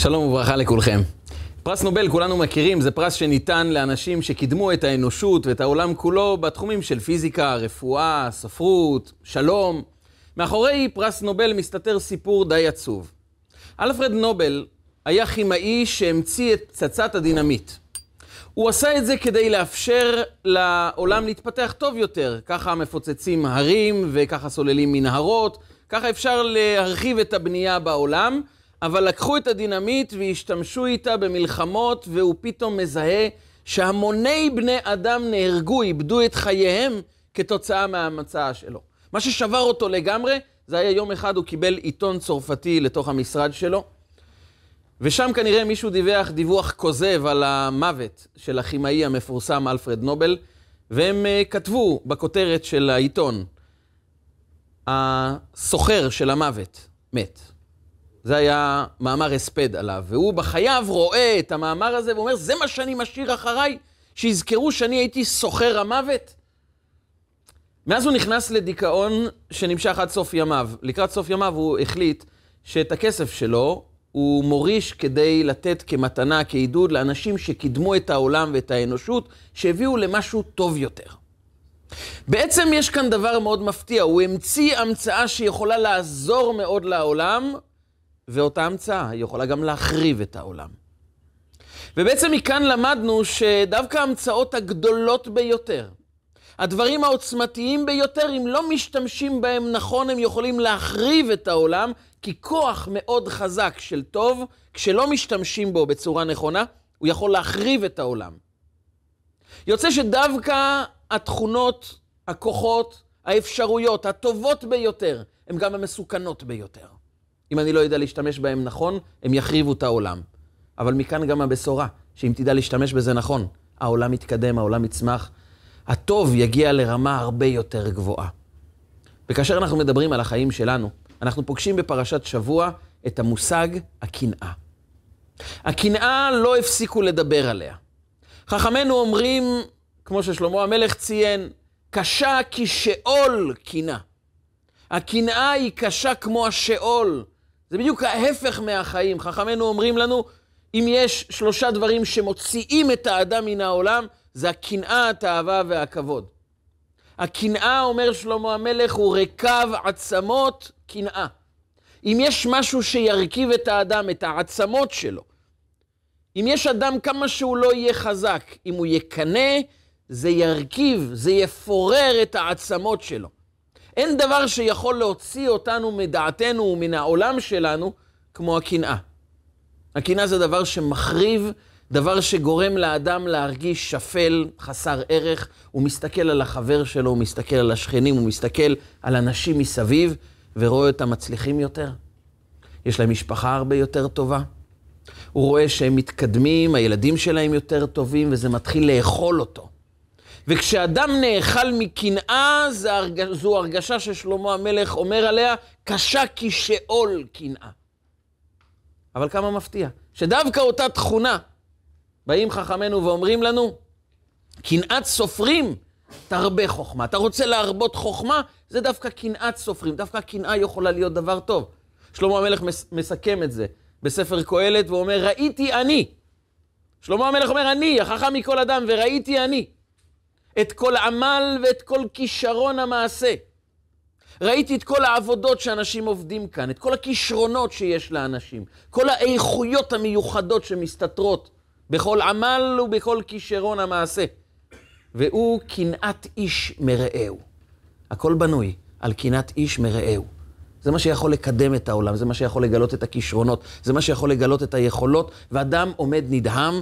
שלום וברכה לכולכם. פרס נובל כולנו מכירים, זה פרס שניתן לאנשים שקידמו את האנושות ואת העולם כולו בתחומים של פיזיקה, רפואה, ספרות, שלום. מאחורי פרס נובל מסתתר סיפור די עצוב. אלפרד נובל היה כימאי שהמציא את פצצת הדינמיט. הוא עשה את זה כדי לאפשר לעולם להתפתח טוב יותר. ככה מפוצצים הרים וככה סוללים מנהרות, ככה אפשר להרחיב את הבנייה בעולם. אבל לקחו את הדינמיט והשתמשו איתה במלחמות, והוא פתאום מזהה שהמוני בני אדם נהרגו, איבדו את חייהם כתוצאה מהמצאה שלו. מה ששבר אותו לגמרי, זה היה יום אחד הוא קיבל עיתון צרפתי לתוך המשרד שלו, ושם כנראה מישהו דיווח דיווח כוזב על המוות של הכימאי המפורסם אלפרד נובל, והם כתבו בכותרת של העיתון, הסוחר של המוות מת. זה היה מאמר הספד עליו, והוא בחייו רואה את המאמר הזה ואומר, זה מה שאני משאיר אחריי, שיזכרו שאני הייתי סוחר המוות. מאז הוא נכנס לדיכאון שנמשך עד סוף ימיו. לקראת סוף ימיו הוא החליט שאת הכסף שלו הוא מוריש כדי לתת כמתנה, כעידוד לאנשים שקידמו את העולם ואת האנושות, שהביאו למשהו טוב יותר. בעצם יש כאן דבר מאוד מפתיע, הוא המציא המצאה שיכולה לעזור מאוד לעולם, ואותה המצאה היא יכולה גם להחריב את העולם. ובעצם מכאן למדנו שדווקא ההמצאות הגדולות ביותר, הדברים העוצמתיים ביותר, אם לא משתמשים בהם נכון, הם יכולים להחריב את העולם, כי כוח מאוד חזק של טוב, כשלא משתמשים בו בצורה נכונה, הוא יכול להחריב את העולם. יוצא שדווקא התכונות, הכוחות, האפשרויות, הטובות ביותר, הן גם המסוכנות ביותר. אם אני לא יודע להשתמש בהם נכון, הם יחריבו את העולם. אבל מכאן גם הבשורה, שאם תדע להשתמש בזה נכון, העולם יתקדם, העולם יצמח, הטוב יגיע לרמה הרבה יותר גבוהה. וכאשר אנחנו מדברים על החיים שלנו, אנחנו פוגשים בפרשת שבוע את המושג הקנאה. הקנאה לא הפסיקו לדבר עליה. חכמינו אומרים, כמו ששלמה המלך ציין, קשה כי שאול קנאה. הקנאה היא קשה כמו השאול. זה בדיוק ההפך מהחיים. חכמינו אומרים לנו, אם יש 3 דברים שמוציאים את האדם מן העולם, זה הקנאה, התאווה והכבוד. הקנאה, אומר שלמה המלך, הוא רקב עצמות קנאה. אם יש משהו שירכיב את האדם, את העצמות שלו, אם יש אדם כמה שהוא לא יהיה חזק, אם הוא יקנה, זה ירכיב, זה יפורר את העצמות שלו. אין דבר שיכול להוציא אותנו מדעתנו ומן העולם שלנו כמו הקנאה. הקנאה זה דבר שמחריב, דבר שגורם לאדם להרגיש שפל, חסר ערך. הוא מסתכל על החבר שלו, הוא מסתכל על השכנים, הוא מסתכל על אנשים מסביב ורואה אותם מצליחים יותר. יש להם משפחה הרבה יותר טובה. הוא רואה שהם מתקדמים, הילדים שלהם יותר טובים וזה מתחיל לאכול אותו. וכשאדם נאכל מקנאה, זו הרגשה ששלמה המלך אומר עליה, קשה כי שאול קנאה. אבל כמה מפתיע, שדווקא אותה תכונה, באים חכמינו ואומרים לנו, קנאת סופרים תרבה חוכמה. אתה רוצה להרבות חוכמה, זה דווקא קנאת סופרים, דווקא קנאה יכולה להיות דבר טוב. שלמה המלך מסכם את זה בספר קהלת ואומר, ראיתי אני. שלמה המלך אומר, אני, החכם מכל אדם, וראיתי אני. את כל עמל ואת כל כישרון המעשה. ראיתי את כל העבודות שאנשים עובדים כאן, את כל הכישרונות שיש לאנשים, כל האיכויות המיוחדות שמסתתרות בכל עמל ובכל כישרון המעשה. והוא קנאת איש מרעהו. הכל בנוי על קנאת איש מרעהו. זה מה שיכול לקדם את העולם, זה מה שיכול לגלות את הכישרונות, זה מה שיכול לגלות את היכולות, ואדם עומד נדהם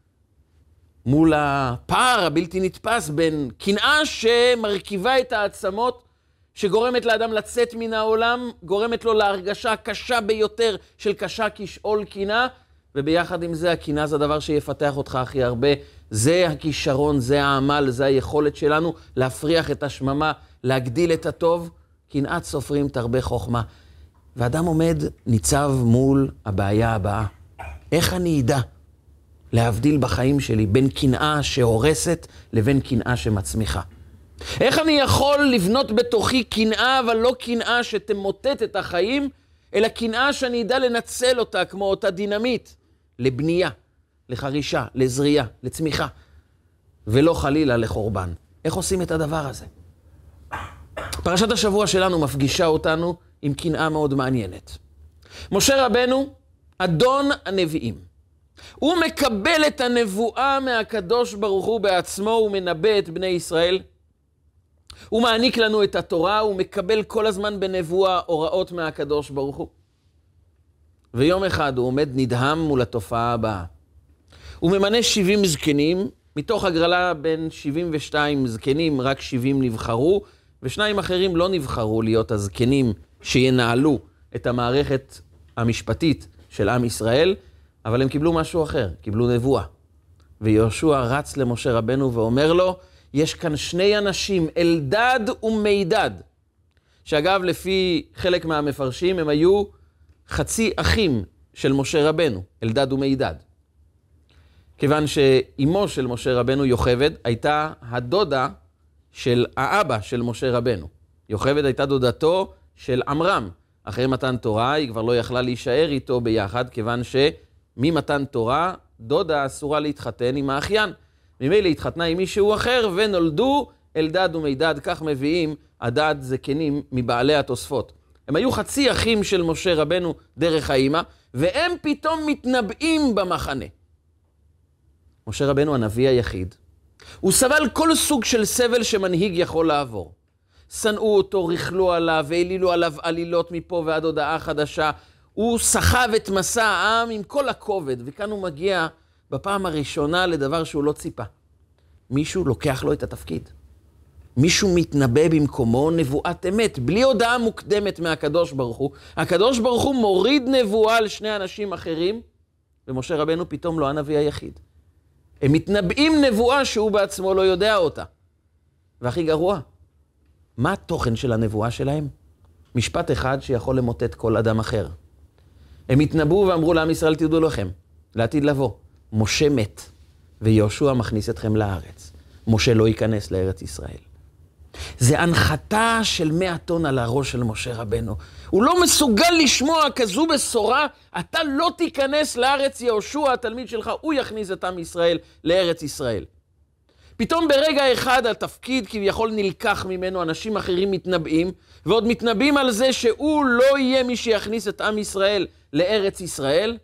מול הפער הבלתי נתפס בין קנאה שמרכיבה את העצמות, שגורמת לאדם לצאת מן העולם, גורמת לו להרגשה הקשה ביותר של קשה כשאול קנאה, וביחד עם זה הקנאה זה הדבר שיפתח אותך הכי הרבה. זה הכישרון, זה העמל, זה היכולת שלנו להפריח את השממה, להגדיל את הטוב. קנאת סופרים תרבה חוכמה. ואדם עומד ניצב מול הבעיה הבאה. איך אני אדע להבדיל בחיים שלי בין קנאה שהורסת לבין קנאה שמצמיחה? איך אני יכול לבנות בתוכי קנאה, אבל לא קנאה שתמוטט את החיים, אלא קנאה שאני אדע לנצל אותה כמו אותה דינמית, לבנייה, לחרישה, לזריעה, לצמיחה, ולא חלילה לחורבן. איך עושים את הדבר הזה? פרשת השבוע שלנו מפגישה אותנו עם קנאה מאוד מעניינת. משה רבנו, אדון הנביאים, הוא מקבל את הנבואה מהקדוש ברוך הוא בעצמו, הוא מנבא את בני ישראל, הוא מעניק לנו את התורה, הוא מקבל כל הזמן בנבואה הוראות מהקדוש ברוך הוא. ויום אחד הוא עומד נדהם מול התופעה הבאה. הוא ממנה 70 זקנים, מתוך הגרלה בין 72 זקנים רק 70 נבחרו, ושניים אחרים לא נבחרו להיות הזקנים שינהלו את המערכת המשפטית של עם ישראל, אבל הם קיבלו משהו אחר, קיבלו נבואה. ויהושע רץ למשה רבנו ואומר לו, יש כאן שני אנשים, אלדד ומידד, שאגב לפי חלק מהמפרשים הם היו חצי אחים של משה רבנו, אלדד ומידד. כיוון שאימו של משה רבנו, יוכבד, הייתה הדודה של האבא של משה רבנו. יוכבד הייתה דודתו של עמרם. אחרי מתן תורה היא כבר לא יכלה להישאר איתו ביחד, כיוון שממתן תורה דודה אסורה להתחתן עם האחיין. ממילא התחתנה עם מישהו אחר ונולדו אלדד ומידד, כך מביאים הדד זקנים מבעלי התוספות. הם היו חצי אחים של משה רבנו דרך האמא, והם פתאום מתנבאים במחנה. משה רבנו הנביא היחיד, הוא סבל כל סוג של סבל שמנהיג יכול לעבור. שנאו אותו, ריחלו עליו, והעלילו עליו עלילות מפה ועד הודעה חדשה. הוא סחב את מסע העם עם כל הכובד, וכאן הוא מגיע בפעם הראשונה לדבר שהוא לא ציפה. מישהו לוקח לו את התפקיד. מישהו מתנבא במקומו נבואת אמת, בלי הודעה מוקדמת מהקדוש ברוך הוא. הקדוש ברוך הוא מוריד נבואה על שני אנשים אחרים, ומשה רבנו פתאום לא הנביא היחיד. הם מתנבאים נבואה שהוא בעצמו לא יודע אותה. והכי גרוע, מה התוכן של הנבואה שלהם? משפט אחד שיכול למוטט כל אדם אחר. הם התנבאו ואמרו לעם ישראל, תדעו לכם, לעתיד לבוא, משה מת, ויהושע מכניס אתכם לארץ. משה לא ייכנס לארץ ישראל. זה הנחתה של 100 טון על הראש של משה רבנו. הוא לא מסוגל לשמוע כזו בשורה, אתה לא תיכנס לארץ, יהושע, התלמיד שלך, הוא יכניס את עם ישראל לארץ ישראל. פתאום ברגע אחד התפקיד כביכול נלקח ממנו, אנשים אחרים מתנבאים, ועוד מתנבאים על זה שהוא לא יהיה מי שיכניס את עם ישראל לארץ ישראל,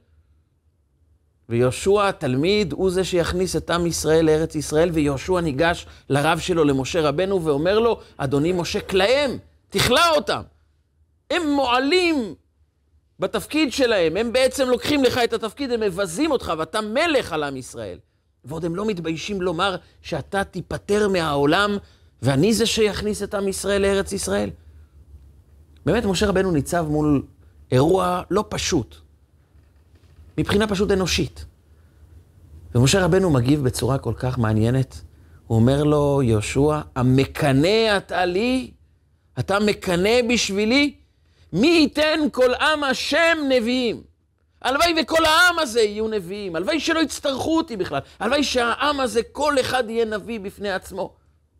ויהושע התלמיד הוא זה שיכניס את עם ישראל לארץ ישראל, ויהושע ניגש לרב שלו, למשה רבנו, ואומר לו, אדוני משה, כלהם, תכלה אותם. הם מועלים בתפקיד שלהם, הם בעצם לוקחים לך את התפקיד, הם מבזים אותך, ואתה מלך על עם ישראל. ועוד הם לא מתביישים לומר שאתה תיפטר מהעולם, ואני זה שיכניס את עם ישראל לארץ ישראל. באמת משה רבנו ניצב מול אירוע לא פשוט, מבחינה פשוט אנושית. ומשה רבנו מגיב בצורה כל כך מעניינת. הוא אומר לו, יהושע, המקנה אתה לי? אתה מקנה בשבילי? מי ייתן כל עם השם נביאים? הלוואי וכל העם הזה יהיו נביאים. הלוואי שלא יצטרכו אותי בכלל. הלוואי שהעם הזה כל אחד יהיה נביא בפני עצמו.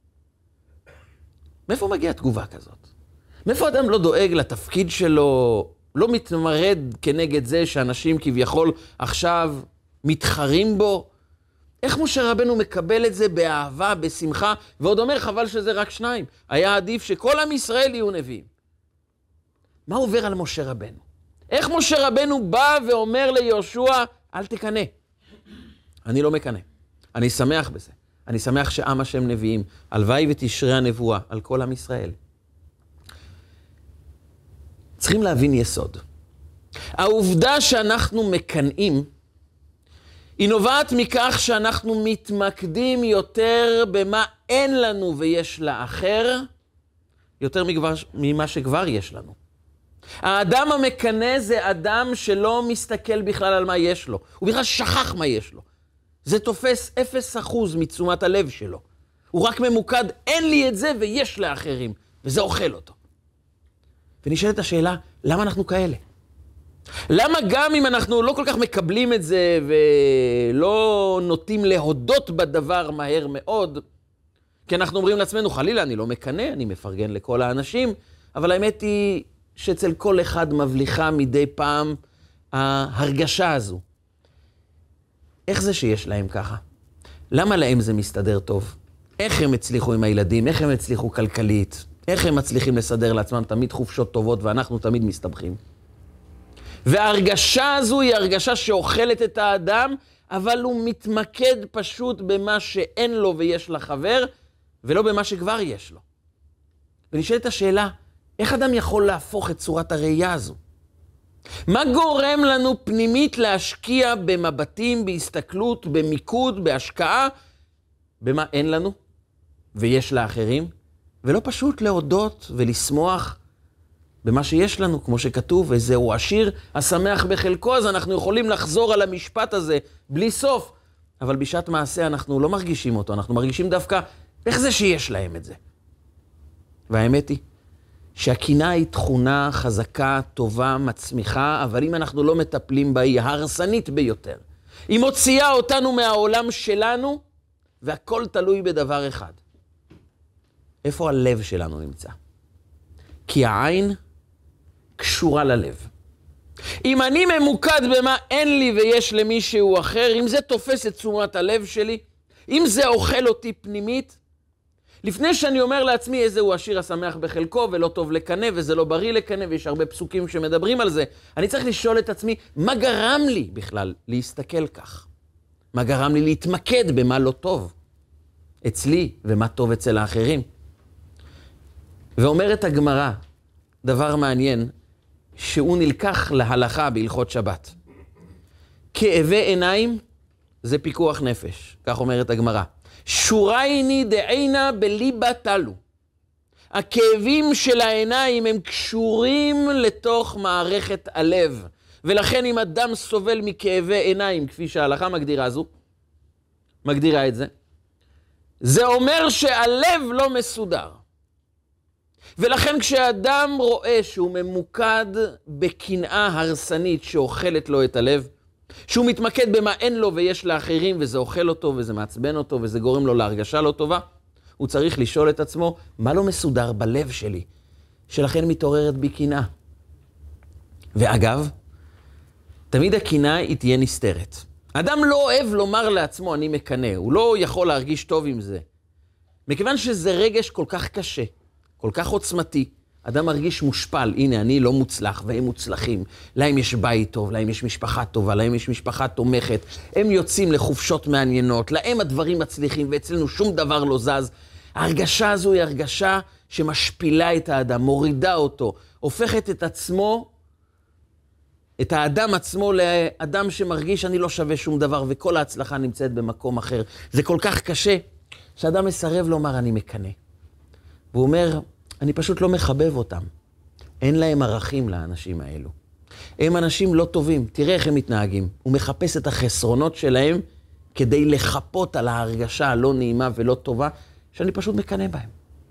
מאיפה מגיעה תגובה כזאת? מאיפה אדם לא דואג לתפקיד שלו, לא מתמרד כנגד זה שאנשים כביכול עכשיו מתחרים בו? איך משה רבנו מקבל את זה באהבה, בשמחה, ועוד אומר חבל שזה רק שניים. היה עדיף שכל עם ישראל יהיו נביאים. מה עובר על משה רבנו? איך משה רבנו בא ואומר ליהושע, אל תקנה. אני לא מקנה. אני שמח בזה. אני שמח שעם השם נביאים. הלוואי ותשרה הנבואה על כל עם ישראל. צריכים להבין יסוד. העובדה שאנחנו מקנאים, היא נובעת מכך שאנחנו מתמקדים יותר במה אין לנו ויש לאחר, יותר ממה שכבר יש לנו. האדם המקנה זה אדם שלא מסתכל בכלל על מה יש לו. הוא בכלל שכח מה יש לו. זה תופס 0% מתשומת הלב שלו. הוא רק ממוקד, אין לי את זה ויש לאחרים, וזה אוכל אותו. ונשאלת השאלה, למה אנחנו כאלה? למה גם אם אנחנו לא כל כך מקבלים את זה ולא נוטים להודות בדבר מהר מאוד, כי אנחנו אומרים לעצמנו, חלילה, אני לא מקנה, אני מפרגן לכל האנשים, אבל האמת היא שאצל כל אחד מבליחה מדי פעם ההרגשה הזו. איך זה שיש להם ככה? למה להם זה מסתדר טוב? איך הם הצליחו עם הילדים? איך הם הצליחו כלכלית? איך הם מצליחים לסדר לעצמם תמיד חופשות טובות ואנחנו תמיד מסתבכים? וההרגשה הזו היא הרגשה שאוכלת את האדם, אבל הוא מתמקד פשוט במה שאין לו ויש לחבר, ולא במה שכבר יש לו. ונשאלת השאלה, איך אדם יכול להפוך את צורת הראייה הזו? מה גורם לנו פנימית להשקיע במבטים, בהסתכלות, במיקוד, בהשקעה, במה אין לנו ויש לאחרים, ולא פשוט להודות ולשמוח במה שיש לנו, כמו שכתוב, וזהו עשיר השמח בחלקו, אז אנחנו יכולים לחזור על המשפט הזה בלי סוף, אבל בשעת מעשה אנחנו לא מרגישים אותו, אנחנו מרגישים דווקא איך זה שיש להם את זה. והאמת היא שהקנאה היא תכונה חזקה, טובה, מצמיחה, אבל אם אנחנו לא מטפלים בה, היא הרסנית ביותר. היא מוציאה אותנו מהעולם שלנו, והכל תלוי בדבר אחד. איפה הלב שלנו נמצא? כי העין קשורה ללב. אם אני ממוקד במה אין לי ויש למישהו אחר, אם זה תופס את תשומת הלב שלי, אם זה אוכל אותי פנימית, לפני שאני אומר לעצמי איזה הוא עשיר השמח בחלקו ולא טוב לקנה וזה לא בריא לקנה ויש הרבה פסוקים שמדברים על זה, אני צריך לשאול את עצמי מה גרם לי בכלל להסתכל כך? מה גרם לי להתמקד במה לא טוב אצלי ומה טוב אצל האחרים? ואומרת הגמרא דבר מעניין שהוא נלקח להלכה בהלכות שבת. כאבי עיניים זה פיקוח נפש, כך אומרת הגמרא. שורייני דעינה בליבה תלו. הכאבים של העיניים הם קשורים לתוך מערכת הלב. ולכן אם אדם סובל מכאבי עיניים, כפי שההלכה מגדירה את זה, זה אומר שהלב לא מסודר. ולכן כשאדם רואה שהוא ממוקד בקנאה הרסנית שאוכלת לו את הלב, שהוא מתמקד במה אין לו ויש לאחרים, וזה אוכל אותו וזה מעצבן אותו וזה גורם לו להרגשה לא טובה, הוא צריך לשאול את עצמו, מה לא מסודר בלב שלי, שלכן מתעוררת בי קנאה. ואגב, תמיד הקנאה היא תהיה נסתרת. אדם לא אוהב לומר לעצמו, אני מקנא, הוא לא יכול להרגיש טוב עם זה. מכיוון שזה רגש כל כך קשה, כל כך עוצמתי, אדם מרגיש מושפל, הנה אני לא מוצלח והם מוצלחים, להם יש בית טוב, להם יש משפחה טובה, להם יש משפחה תומכת, הם יוצאים לחופשות מעניינות, להם הדברים מצליחים ואצלנו שום דבר לא זז. ההרגשה הזו היא הרגשה שמשפילה את האדם, מורידה אותו, הופכת את עצמו, את האדם עצמו לאדם שמרגיש אני לא שווה שום דבר וכל ההצלחה נמצאת במקום אחר. זה כל כך קשה שאדם מסרב לומר אני מקנא. והוא אומר, אני פשוט לא מחבב אותם. אין להם ערכים לאנשים האלו. הם אנשים לא טובים, תראה איך הם מתנהגים. הוא מחפש את החסרונות שלהם כדי לחפות על ההרגשה הלא נעימה ולא טובה, שאני פשוט מקנא בהם.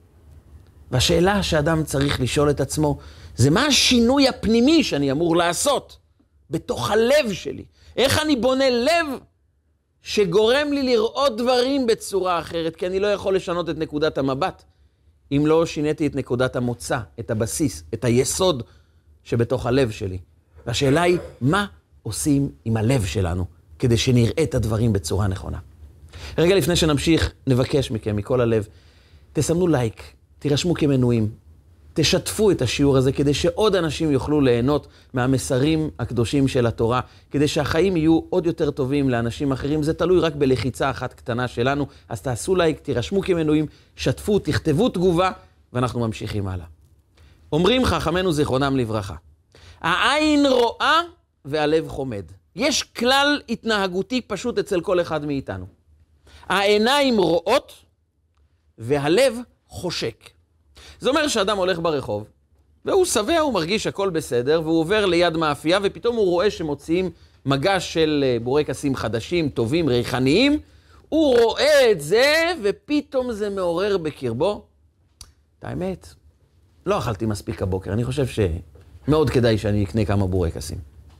והשאלה שאדם צריך לשאול את עצמו, זה מה השינוי הפנימי שאני אמור לעשות בתוך הלב שלי? איך אני בונה לב שגורם לי לראות דברים בצורה אחרת, כי אני לא יכול לשנות את נקודת המבט. אם לא שיניתי את נקודת המוצא, את הבסיס, את היסוד שבתוך הלב שלי. והשאלה היא, מה עושים עם הלב שלנו, כדי שנראה את הדברים בצורה נכונה? רגע לפני שנמשיך, נבקש מכם, מכל הלב, תסמנו לייק, תירשמו כמנויים, תשתפו את השיעור הזה, כדי שעוד אנשים יוכלו ליהנות מהמסרים הקדושים של התורה, כדי שהחיים יהיו עוד יותר טובים לאנשים אחרים. זה תלוי רק בלחיצה אחת קטנה שלנו, אז תעשו לייק, תירשמו כמנויים, שתפו, תכתבו תגובה, ואנחנו ממשיכים הלאה. אומרים חכמינו זיכרונם לברכה, העין רואה והלב חומד. יש כלל התנהגותי פשוט אצל כל אחד מאיתנו. העיניים רואות והלב חושק. זה אומר שאדם הולך ברחוב, והוא שבע, הוא מרגיש הכל בסדר, והוא עובר ליד מאפייה, ופתאום הוא רואה שמוציאים מגש של בורקסים חדשים, טובים, ריחניים, הוא רואה את זה, ופתאום זה מעורר בקרבו. את האמת, לא אכלתי מספיק הבוקר, אני חושב שמאוד כדאי שאני אקנה כמה בורקסים.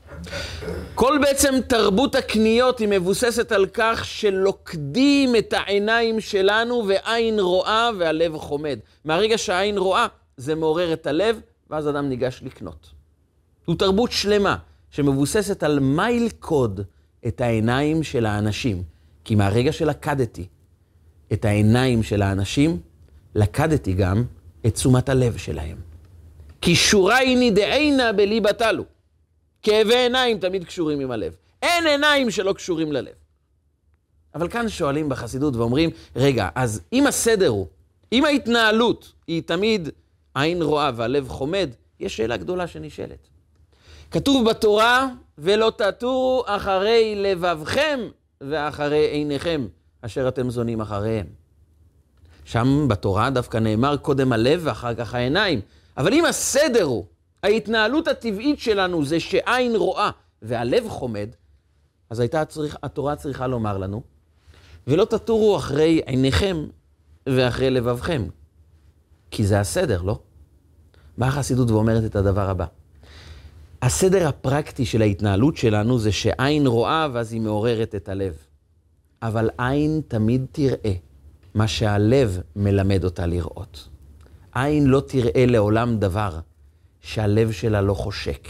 כל בעצם תרבות הקניות היא מבוססת על כך שלוקדים את העיניים שלנו ועין רואה והלב חומד. מהרגע שהעין רואה זה מעורר את הלב ואז אדם ניגש לקנות. זו תרבות שלמה שמבוססת על מה ילכוד את העיניים של האנשים. כי מהרגע שלכדתי את העיניים של האנשים, לכדתי גם את תשומת הלב שלהם. כי שורייני דעינה בליבתה לו. כאבי עיניים תמיד קשורים עם הלב. אין עיניים שלא קשורים ללב. אבל כאן שואלים בחסידות ואומרים, רגע, אז אם הסדר הוא, אם ההתנהלות היא תמיד עין רואה והלב חומד, יש שאלה גדולה שנשאלת. כתוב בתורה, ולא תטורו אחרי לבבכם ואחרי עיניכם, אשר אתם זונים אחריהם. שם בתורה דווקא נאמר קודם הלב ואחר כך העיניים. אבל אם הסדר הוא, ההתנהלות הטבעית שלנו זה שעין רואה והלב חומד, אז התורה צריכה לומר לנו, ולא תטורו אחרי עיניכם ואחרי לבבכם. כי זה הסדר, לא? באה החסידות ואומרת את הדבר הבא. הסדר הפרקטי של ההתנהלות שלנו זה שעין רואה ואז היא מעוררת את הלב. אבל עין תמיד תראה מה שהלב מלמד אותה לראות. עין לא תראה לעולם דבר שהלב שלה לא חושק.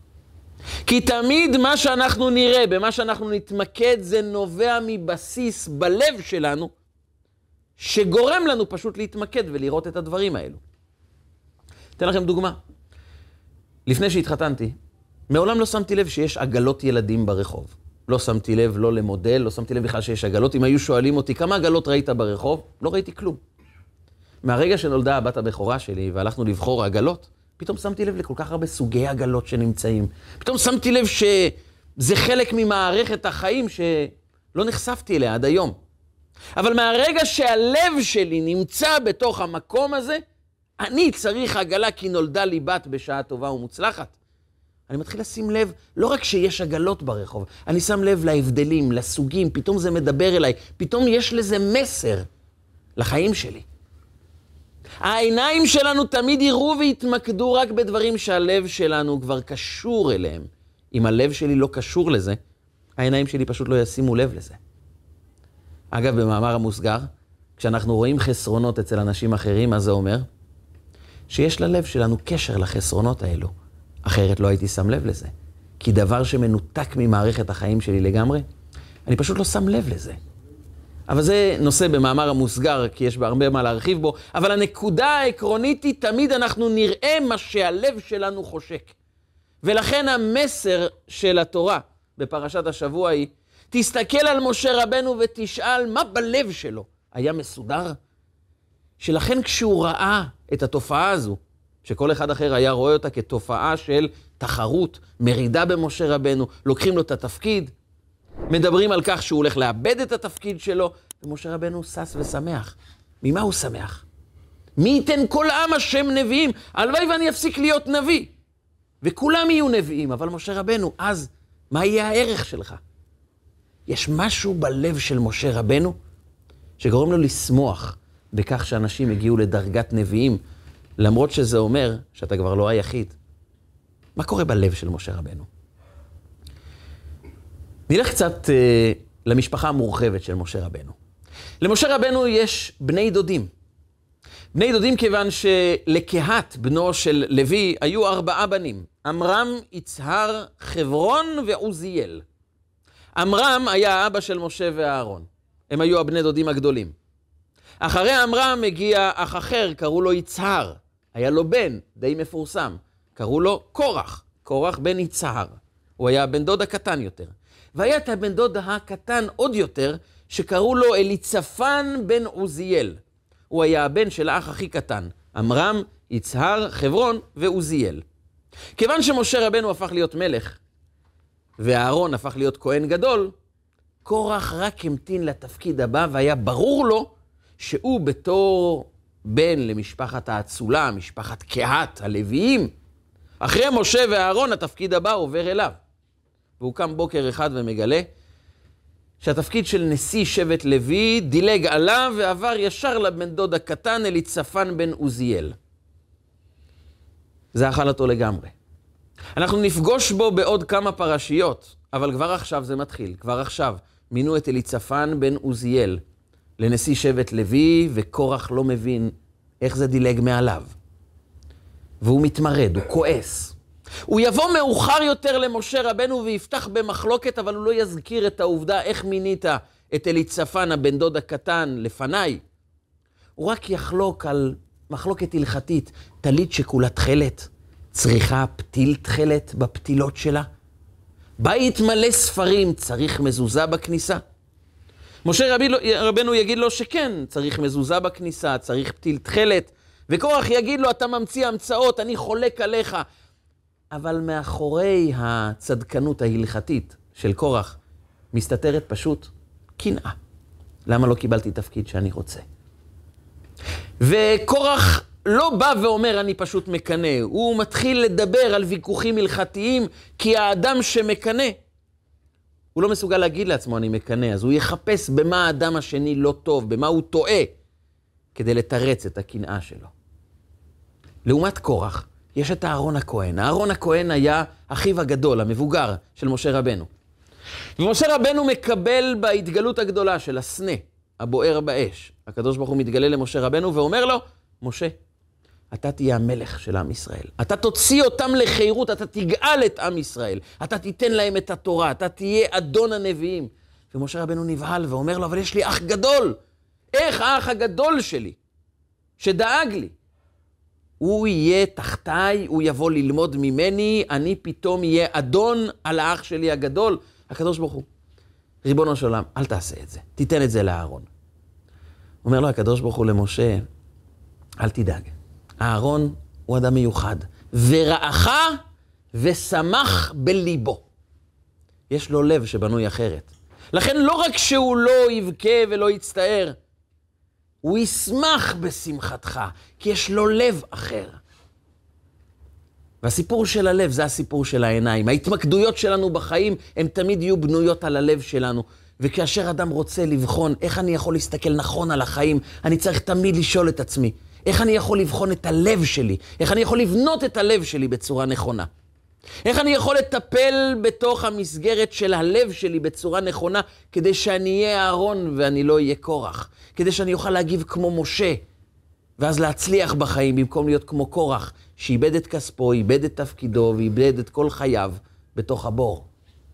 כי תמיד מה שאנחנו נראה, במה שאנחנו נתמקד, זה נובע מבסיס בלב שלנו, שגורם לנו פשוט להתמקד ולראות את הדברים האלו. אתן לכם דוגמה. לפני שהתחתנתי, מעולם לא שמתי לב שיש עגלות ילדים ברחוב. לא שמתי לב לא למודל, לא שמתי לב בכלל שיש עגלות. אם היו שואלים אותי כמה עגלות ראית ברחוב, לא ראיתי כלום. מהרגע שנולדה הבת הבכורה שלי והלכנו לבחור עגלות, פתאום שמתי לב לכל כך הרבה סוגי עגלות שנמצאים. פתאום שמתי לב שזה חלק ממערכת החיים שלא נחשפתי אליה עד היום. אבל מהרגע שהלב שלי נמצא בתוך המקום הזה, אני צריך עגלה כי נולדה לי בת בשעה טובה ומוצלחת. אני מתחיל לשים לב, לא רק שיש עגלות ברחוב, אני שם לב להבדלים, לסוגים, פתאום זה מדבר אליי, פתאום יש לזה מסר לחיים שלי. העיניים שלנו תמיד יראו והתמקדו רק בדברים שהלב שלנו כבר קשור אליהם. אם הלב שלי לא קשור לזה, העיניים שלי פשוט לא ישימו לב לזה. אגב, במאמר המוסגר, כשאנחנו רואים חסרונות אצל אנשים אחרים, מה זה אומר? שיש ללב שלנו קשר לחסרונות האלו. אחרת לא הייתי שם לב לזה. כי דבר שמנותק ממערכת החיים שלי לגמרי, אני פשוט לא שם לב לזה. אבל זה נושא במאמר המוסגר, כי יש הרבה מה להרחיב בו, אבל הנקודה העקרונית היא, תמיד אנחנו נראה מה שהלב שלנו חושק. ולכן המסר של התורה בפרשת השבוע היא, תסתכל על משה רבנו ותשאל מה בלב שלו. היה מסודר? שלכן כשהוא ראה את התופעה הזו, שכל אחד אחר היה רואה אותה כתופעה של תחרות, מרידה במשה רבנו, לוקחים לו את התפקיד, מדברים על כך שהוא הולך לאבד את התפקיד שלו, ומשה רבנו שש ושמח. ממה הוא שמח? מי ייתן כל עם השם נביאים? הלוואי ואני אפסיק להיות נביא. וכולם יהיו נביאים, אבל משה רבנו, אז מה יהיה הערך שלך? יש משהו בלב של משה רבנו שגורם לו לשמוח בכך שאנשים הגיעו לדרגת נביאים, למרות שזה אומר שאתה כבר לא היחיד. מה קורה בלב של משה רבנו? נלך קצת למשפחה המורחבת של משה רבנו. למשה רבנו יש בני דודים. בני דודים כיוון שלקהת בנו של לוי היו 4 בנים. עמרם, יצהר, חברון ועוזיאל. עמרם היה האבא של משה ואהרון. הם היו הבני דודים הגדולים. אחרי עמרם הגיע אח אחר, קראו לו יצהר. היה לו בן, די מפורסם. קראו לו קורח. קורח בן יצהר. הוא היה הבן דוד הקטן יותר. והיה את הבן דוד הקטן עוד יותר, שקראו לו אליצפן בן עוזיאל. הוא היה הבן של האח הכי קטן. עמרם, יצהר, חברון ועוזיאל. כיוון שמשה רבנו הפך להיות מלך, ואהרון הפך להיות כהן גדול, קורח רק המתין לתפקיד הבא, והיה ברור לו שהוא בתור בן למשפחת האצולה, משפחת קהת, הלוויים. אחרי משה ואהרון התפקיד הבא עובר אליו. והוא קם בוקר אחד ומגלה שהתפקיד של נשיא שבט לוי דילג עליו ועבר ישר לבן דוד הקטן אליצפן בן עוזיאל. זה אכל אותו לגמרי. אנחנו נפגוש בו בעוד כמה פרשיות, אבל כבר עכשיו זה מתחיל. כבר עכשיו מינו את אליצפן בן עוזיאל לנשיא שבט לוי, וקורח לא מבין איך זה דילג מעליו. והוא מתמרד, הוא כועס. הוא יבוא מאוחר יותר למשה רבנו ויפתח במחלוקת, אבל הוא לא יזכיר את העובדה איך מינית את אליצפן, הבן דוד הקטן, לפניי. הוא רק יחלוק על מחלוקת הלכתית, טלית שכולה תכלת, צריכה פתיל תכלת בפתילות שלה. בית מלא ספרים, צריך מזוזה בכניסה. משה רבנו יגיד לו שכן, צריך מזוזה בכניסה, צריך פתיל תכלת, וקורח יגיד לו, אתה ממציא המצאות, אני חולק עליך. אבל מאחורי הצדקנות ההלכתית של קורח, מסתתרת פשוט קנאה. למה לא קיבלתי תפקיד שאני רוצה? וקורח לא בא ואומר, אני פשוט מקנה. הוא מתחיל לדבר על ויכוחים הלכתיים, כי האדם שמקנה, הוא לא מסוגל להגיד לעצמו, אני מקנה. אז הוא יחפש במה האדם השני לא טוב, במה הוא טועה, כדי לתרץ את הקנאה שלו. לעומת קורח, יש את אהרון הכהן. אהרון הכהן היה אחיו הגדול, המבוגר של משה רבנו. ומשה רבנו מקבל בהתגלות הגדולה של הסנה, הבוער באש. הקדוש ברוך הוא מתגלה למשה רבנו ואומר לו, משה, אתה תהיה המלך של עם ישראל. אתה תוציא אותם לחירות, אתה תגאל את עם ישראל. אתה תיתן להם את התורה, אתה תהיה אדון הנביאים. ומשה רבנו נבהל ואומר לו, אבל יש לי אח גדול. איך האח הגדול שלי, שדאג לי? הוא יהיה תחתיי, הוא יבוא ללמוד ממני, אני פתאום יהיה אדון על האח שלי הגדול. הקדוש ברוך הוא, ריבונו של עולם, אל תעשה את זה, תיתן את זה לאהרון. אומר לו הקדוש ברוך הוא למשה, אל תדאג, אהרון הוא אדם מיוחד, ורעך ושמח בליבו. יש לו לב שבנוי אחרת. לכן לא רק שהוא לא יבכה ולא יצטער, הוא ישמח בשמחתך, כי יש לו לב אחר. והסיפור של הלב זה הסיפור של העיניים. ההתמקדויות שלנו בחיים הן תמיד יהיו בנויות על הלב שלנו. וכאשר אדם רוצה לבחון איך אני יכול להסתכל נכון על החיים, אני צריך תמיד לשאול את עצמי, איך אני יכול לבחון את הלב שלי? איך אני יכול לבנות את הלב שלי בצורה נכונה? איך אני יכול לטפל בתוך המסגרת של הלב שלי בצורה נכונה, כדי שאני אהיה אהרון ואני לא אהיה קורח? כדי שאני אוכל להגיב כמו משה, ואז להצליח בחיים במקום להיות כמו קורח, שאיבד את כספו, איבד את תפקידו ואיבד את כל חייו בתוך הבור.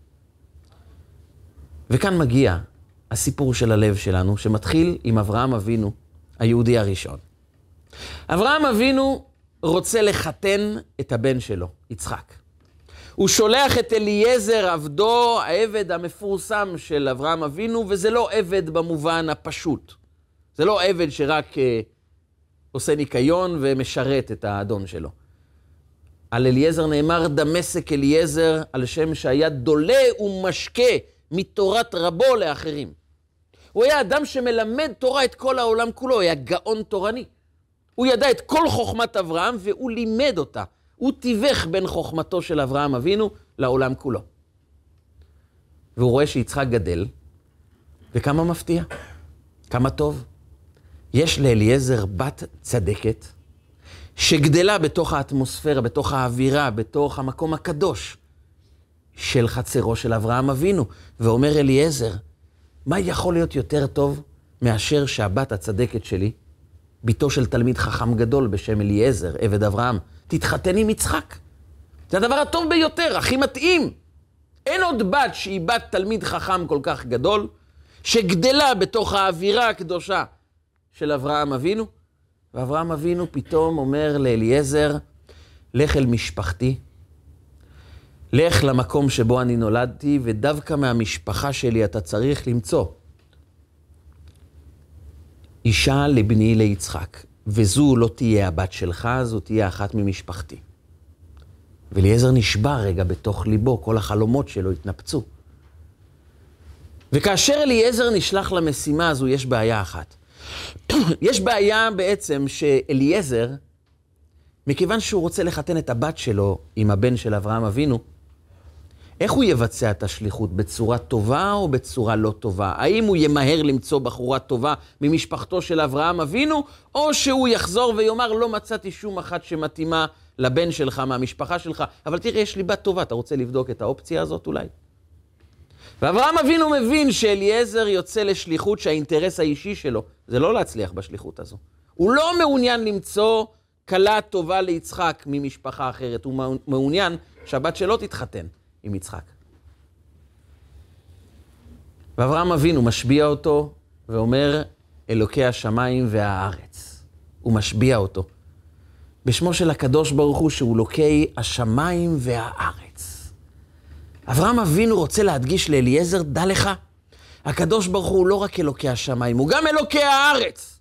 וכאן מגיע הסיפור של הלב שלנו, שמתחיל עם אברהם אבינו, היהודי הראשון. אברהם אבינו רוצה לחתן את הבן שלו, יצחק. הוא שולח את אליעזר, עבדו, העבד המפורסם של אברהם אבינו, וזה לא עבד במובן הפשוט. זה לא עבד שרק עושה ניקיון ומשרת את האדון שלו. על אליעזר נאמר, דמשק אליעזר, על שם שהיה דולה ומשקה מתורת רבו לאחרים. הוא היה אדם שמלמד תורה את כל העולם כולו, הוא היה גאון תורני. הוא ידע את כל חוכמת אברהם והוא לימד אותה. הוא תיווך בין חוכמתו של אברהם אבינו לעולם כולו. והוא רואה שיצחק גדל, וכמה מפתיע, כמה טוב. יש לאליעזר בת צדקת, שגדלה בתוך האטמוספירה, בתוך האווירה, בתוך המקום הקדוש של חצרו של אברהם אבינו. ואומר אליעזר, מה יכול להיות יותר טוב מאשר שהבת הצדקת שלי, ביתו של תלמיד חכם גדול בשם אליעזר, עבד אברהם, תתחתן עם יצחק. זה הדבר הטוב ביותר, הכי מתאים. אין עוד בת שהיא בת תלמיד חכם כל כך גדול, שגדלה בתוך האווירה הקדושה של אברהם אבינו. ואברהם אבינו פתאום אומר לאליעזר, לך אל משפחתי, לך למקום שבו אני נולדתי, ודווקא מהמשפחה שלי אתה צריך למצוא אישה לבני ליצחק, וזו לא תהיה הבת שלך, זו תהיה אחת ממשפחתי. ואליעזר נשבע רגע בתוך ליבו, כל החלומות שלו התנפצו. וכאשר אליעזר נשלח למשימה הזו, יש בעיה אחת. יש בעיה בעצם שאליעזר, מכיוון שהוא רוצה לחתן את הבת שלו עם הבן של אברהם אבינו, איך הוא יבצע את השליחות? בצורה טובה או בצורה לא טובה? האם הוא ימהר למצוא בחורה טובה ממשפחתו של אברהם אבינו, או שהוא יחזור ויאמר, לא מצאתי שום אחת שמתאימה לבן שלך, מהמשפחה שלך, אבל תראה, יש לי בת טובה, אתה רוצה לבדוק את האופציה הזאת אולי? ואברהם אבינו מבין שאליעזר יוצא לשליחות שהאינטרס האישי שלו זה לא להצליח בשליחות הזו. הוא לא מעוניין למצוא כלה טובה ליצחק ממשפחה אחרת. הוא מעוניין שהבת שלו תתחתן עם יצחק. ואברהם אבינו משביע אותו ואומר, אלוקי השמיים והארץ. הוא משביע אותו. בשמו של הקדוש ברוך הוא שהוא אלוקי השמיים והארץ. אברהם אבינו רוצה להדגיש לאליעזר, דע לך, הקדוש ברוך הוא לא רק אלוקי השמיים, הוא גם אלוקי הארץ.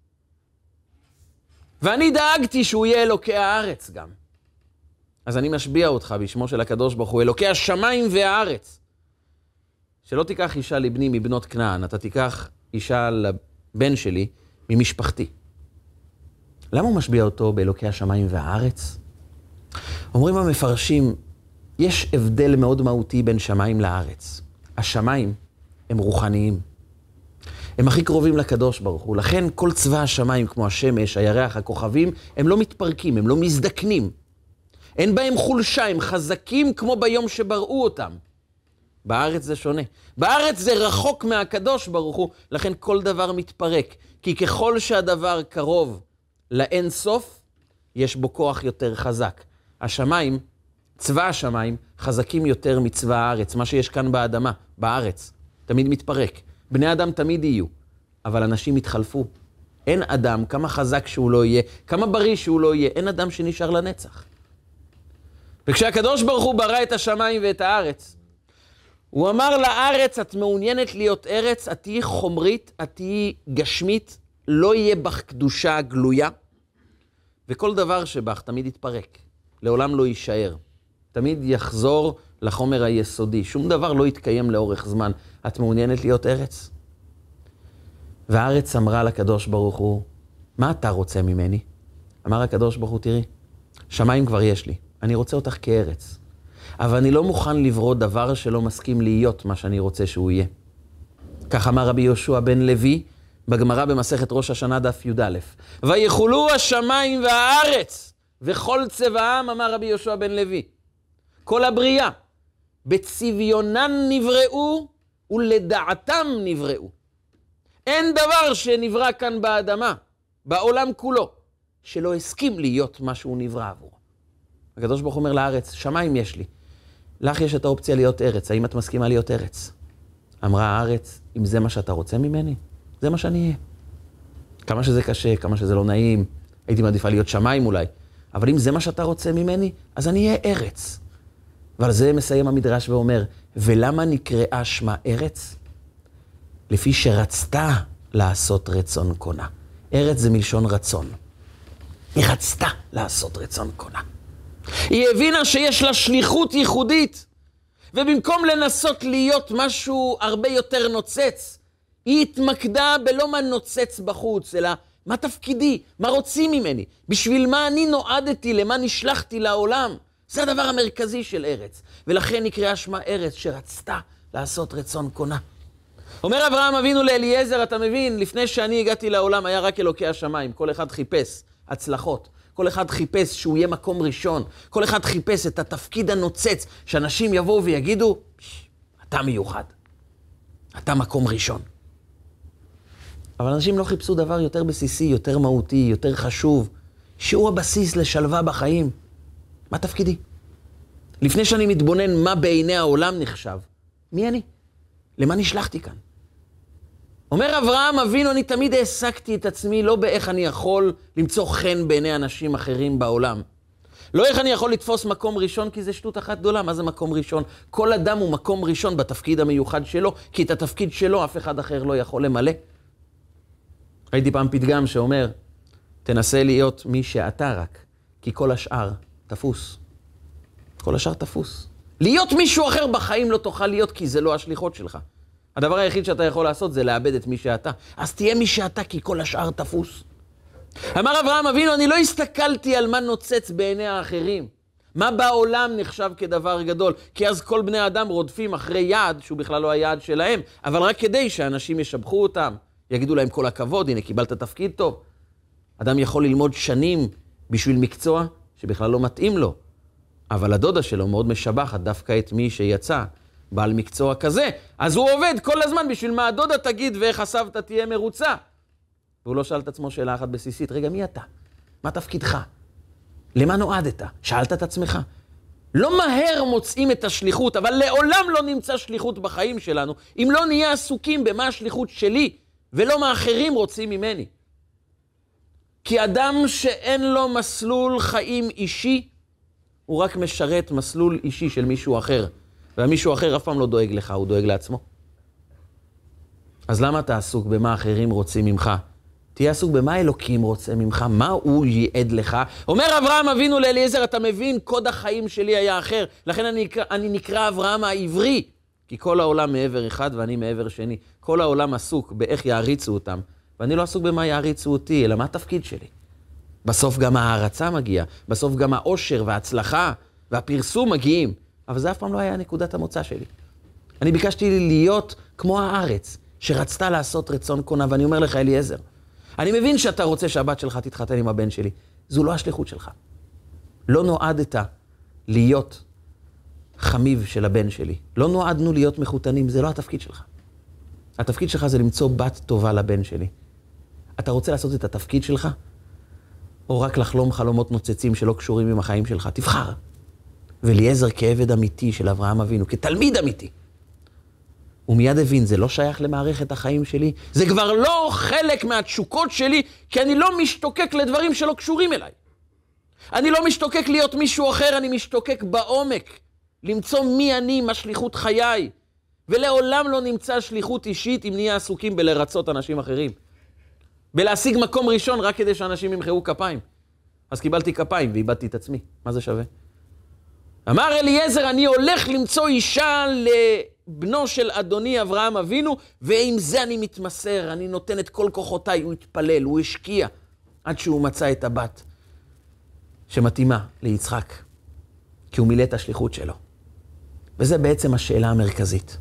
ואני דאגתי שהוא יהיה אלוקי הארץ גם. אז אני משביע אותך בשמו של הקדוש ברוך הוא, אלוקי השמיים והארץ. שלא תיקח אישה לבני מבנות כנען, אתה תיקח אישה לבן שלי ממשפחתי. למה הוא משביע אותו באלוקי השמיים והארץ? אומרים המפרשים, יש הבדל מאוד מהותי בין שמיים לארץ. השמיים הם רוחניים. הם הכי קרובים לקדוש ברוך הוא. לכן כל צבא השמיים כמו השמש, הירח, הכוכבים, הם לא מתפרקים, הם לא מזדקנים. אין בהם חולשה, הם חזקים כמו ביום שבראו אותם. בארץ זה שונה. בארץ זה רחוק מהקדוש ברוך הוא, לכן כל דבר מתפרק. כי ככל שהדבר קרוב לאין סוף, יש בו כוח יותר חזק. השמיים, צבא השמיים, חזקים יותר מצבא הארץ. מה שיש כאן באדמה, בארץ, תמיד מתפרק. בני אדם תמיד יהיו, אבל אנשים יתחלפו. אין אדם, כמה חזק שהוא לא יהיה, כמה בריא שהוא לא יהיה, אין אדם שנשאר לנצח. וכשהקדוש ברוך הוא ברא את השמיים ואת הארץ, הוא אמר לארץ, את מעוניינת להיות ארץ, את תהיי חומרית, את תהיי גשמית, לא יהיה בך קדושה גלויה, וכל דבר שבך תמיד יתפרק, לעולם לא יישאר. תמיד יחזור לחומר היסודי, שום דבר לא יתקיים לאורך זמן. את מעוניינת להיות ארץ? והארץ אמרה לקדוש ברוך הוא, מה אתה רוצה ממני? אמר הקדוש ברוך הוא, תראי, שמיים כבר יש לי, אני רוצה אותך כארץ. אבל אני לא מוכן לברוא דבר שלא מסכים להיות מה שאני רוצה שהוא יהיה. כך אמר רבי יהושע בן לוי, בגמרא במסכת ראש השנה דף י"א. ויחולו השמיים והארץ, וכל צבעם, אמר רבי יהושע בן לוי. כל הבריאה, בצביונן נבראו, ולדעתם נבראו. אין דבר שנברא כאן באדמה, בעולם כולו, שלא הסכים להיות מה שהוא נברא עבור. הקדוש ברוך הוא אומר לארץ, שמיים יש לי. לך יש את האופציה להיות ארץ, האם את מסכימה להיות ארץ? אמרה הארץ, אם זה מה שאתה רוצה ממני, זה מה שאני אהיה. כמה שזה קשה, כמה שזה לא נעים, הייתי מעדיפה להיות שמיים אולי, אבל אם זה מה שאתה רוצה ממני, אז אני אהיה ארץ. ועל זה מסיים המדרש ואומר, ולמה נקראה שמה ארץ? לפי שרצתה לעשות רצון קונה. ארץ זה מלשון רצון. היא רצתה לעשות רצון קונה. היא הבינה שיש לה שליחות ייחודית, ובמקום לנסות להיות משהו הרבה יותר נוצץ, היא התמקדה בלא מה נוצץ בחוץ, אלא מה תפקידי, מה רוצים ממני, בשביל מה אני נועדתי, למה נשלחתי לעולם. זה הדבר המרכזי של ארץ, ולכן נקראה שמה ארץ שרצתה לעשות רצון קונה. אומר אברהם אבינו לאליעזר, אתה מבין, לפני שאני הגעתי לעולם היה רק אלוקי השמיים, כל אחד חיפש הצלחות, כל אחד חיפש שהוא יהיה מקום ראשון, כל אחד חיפש את התפקיד הנוצץ, שאנשים יבואו ויגידו, אתה מיוחד, אתה מקום ראשון. אבל אנשים לא חיפשו דבר יותר בסיסי, יותר מהותי, יותר חשוב, שהוא הבסיס לשלווה בחיים. מה תפקידי? לפני שאני מתבונן מה בעיני העולם נחשב, מי אני? למה נשלחתי כאן? אומר אברהם אבינו, אני תמיד העסקתי את עצמי לא באיך אני יכול למצוא חן בעיני אנשים אחרים בעולם. לא איך אני יכול לתפוס מקום ראשון, כי זה שטות אחת גדולה. מה זה מקום ראשון? כל אדם הוא מקום ראשון בתפקיד המיוחד שלו, כי את התפקיד שלו אף אחד אחר לא יכול למלא. ראיתי פעם פתגם שאומר, תנסה להיות מי שאתה רק, כי כל השאר תפוס. כל השאר תפוס. להיות מישהו אחר בחיים לא תוכל להיות, כי זה לא השליחות שלך. הדבר היחיד שאתה יכול לעשות זה לאבד את מי שאתה. אז תהיה מי שאתה, כי כל השאר תפוס. אמר אברהם אבינו, אני לא הסתכלתי על מה נוצץ בעיני האחרים. מה בעולם נחשב כדבר גדול? כי אז כל בני האדם רודפים אחרי יעד, שהוא בכלל לא היעד שלהם, אבל רק כדי שאנשים ישבחו אותם, יגידו להם כל הכבוד, הנה קיבלת תפקיד טוב. אדם יכול ללמוד שנים בשביל מקצוע שבכלל לא מתאים לו. אבל הדודה שלו מאוד משבחת דווקא את מי שיצא בעל מקצוע כזה. אז הוא עובד כל הזמן בשביל מה הדודה תגיד ואיך הסבתא תהיה מרוצה. והוא לא שאל את עצמו שאלה אחת בסיסית, רגע, מי אתה? מה תפקידך? למה נועדת? שאלת את עצמך. לא מהר מוצאים את השליחות, אבל לעולם לא נמצא שליחות בחיים שלנו, אם לא נהיה עסוקים במה השליחות שלי, ולא מה אחרים רוצים ממני. כי אדם שאין לו מסלול חיים אישי, הוא רק משרת מסלול אישי של מישהו אחר. והמישהו אחר אף פעם לא דואג לך, הוא דואג לעצמו. אז למה אתה עסוק במה אחרים רוצים ממך? תהיה עסוק במה אלוקים רוצה ממך, מה הוא ייעד לך. אומר אברהם אבינו לאליעזר, אתה מבין, קוד החיים שלי היה אחר. לכן אני נקרא אברהם העברי. כי כל העולם מעבר אחד ואני מעבר שני. כל העולם עסוק באיך יעריצו אותם. ואני לא עסוק במה יעריצו אותי, אלא מה התפקיד שלי. בסוף גם ההערצה מגיעה, בסוף גם האושר וההצלחה והפרסום מגיעים. אבל זה אף פעם לא היה נקודת המוצא שלי. אני ביקשתי להיות כמו הארץ, שרצתה לעשות רצון קונה, ואני אומר לך, אליעזר, אני מבין שאתה רוצה שהבת שלך תתחתן עם הבן שלי. זו לא השליחות שלך. לא נועדת להיות חמיב של הבן שלי. לא נועדנו להיות מחותנים, זה לא התפקיד שלך. התפקיד שלך זה למצוא בת טובה לבן שלי. אתה רוצה לעשות את התפקיד שלך? או רק לחלום חלומות נוצצים שלא קשורים עם החיים שלך? תבחר. ואליעזר כעבד אמיתי של אברהם אבינו, כתלמיד אמיתי. הוא מיד הבין, זה לא שייך למערכת החיים שלי, זה כבר לא חלק מהתשוקות שלי, כי אני לא משתוקק לדברים שלא קשורים אליי. אני לא משתוקק להיות מישהו אחר, אני משתוקק בעומק, למצוא מי אני, מה שליחות חיי, ולעולם לא נמצא שליחות אישית אם נהיה עסוקים בלרצות אנשים אחרים. בלהשיג מקום ראשון רק כדי שאנשים ימחאו כפיים. אז קיבלתי כפיים ואיבדתי את עצמי. מה זה שווה? אמר אליעזר, אני הולך למצוא אישה לבנו של אדוני אברהם אבינו, ועם זה אני מתמסר, אני נותן את כל כוחותיי, הוא התפלל, הוא השקיע, עד שהוא מצא את הבת שמתאימה ליצחק, כי הוא מילא את השליחות שלו. וזה בעצם השאלה המרכזית.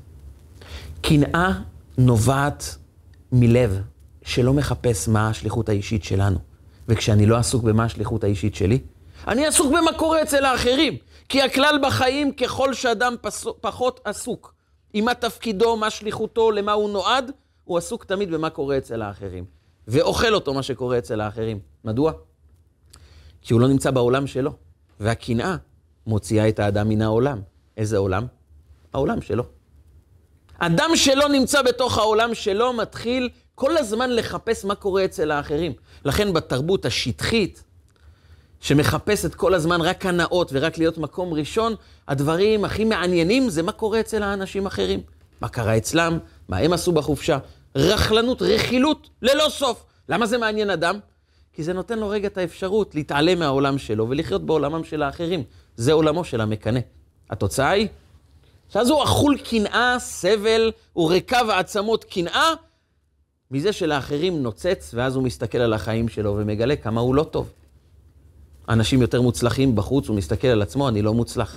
קנאה נובעת מלב שלא מחפש מה השליחות האישית שלנו. וכשאני לא עסוק במה השליחות האישית שלי, אני עסוק במה קורה אצל האחרים. כי הכלל בחיים, ככל שאדם פחות עסוק עם מה תפקידו, מה שליחותו, למה הוא נועד, הוא עסוק תמיד במה קורה אצל האחרים. ואוכל אותו מה שקורה אצל האחרים. מדוע? כי הוא לא נמצא בעולם שלו. והקנאה מוציאה את האדם מן העולם. איזה עולם? העולם שלו. אדם שלא נמצא בתוך העולם שלו מתחיל כל הזמן לחפש מה קורה אצל האחרים. לכן בתרבות השטחית, שמחפשת כל הזמן רק הנאות ורק להיות מקום ראשון, הדברים הכי מעניינים זה מה קורה אצל האנשים אחרים. מה קרה אצלם, מה הם עשו בחופשה. רכלנות, רכילות, ללא סוף. למה זה מעניין אדם? כי זה נותן לו רגע את האפשרות להתעלם מהעולם שלו ולחיות בעולמם של האחרים. זה עולמו של המקנה. התוצאה היא, שאז הוא אכול קנאה, סבל, הוא רקב העצמות קנאה, מזה שלאחרים נוצץ, ואז הוא מסתכל על החיים שלו ומגלה כמה הוא לא טוב. אנשים יותר מוצלחים בחוץ, הוא מסתכל על עצמו, אני לא מוצלח.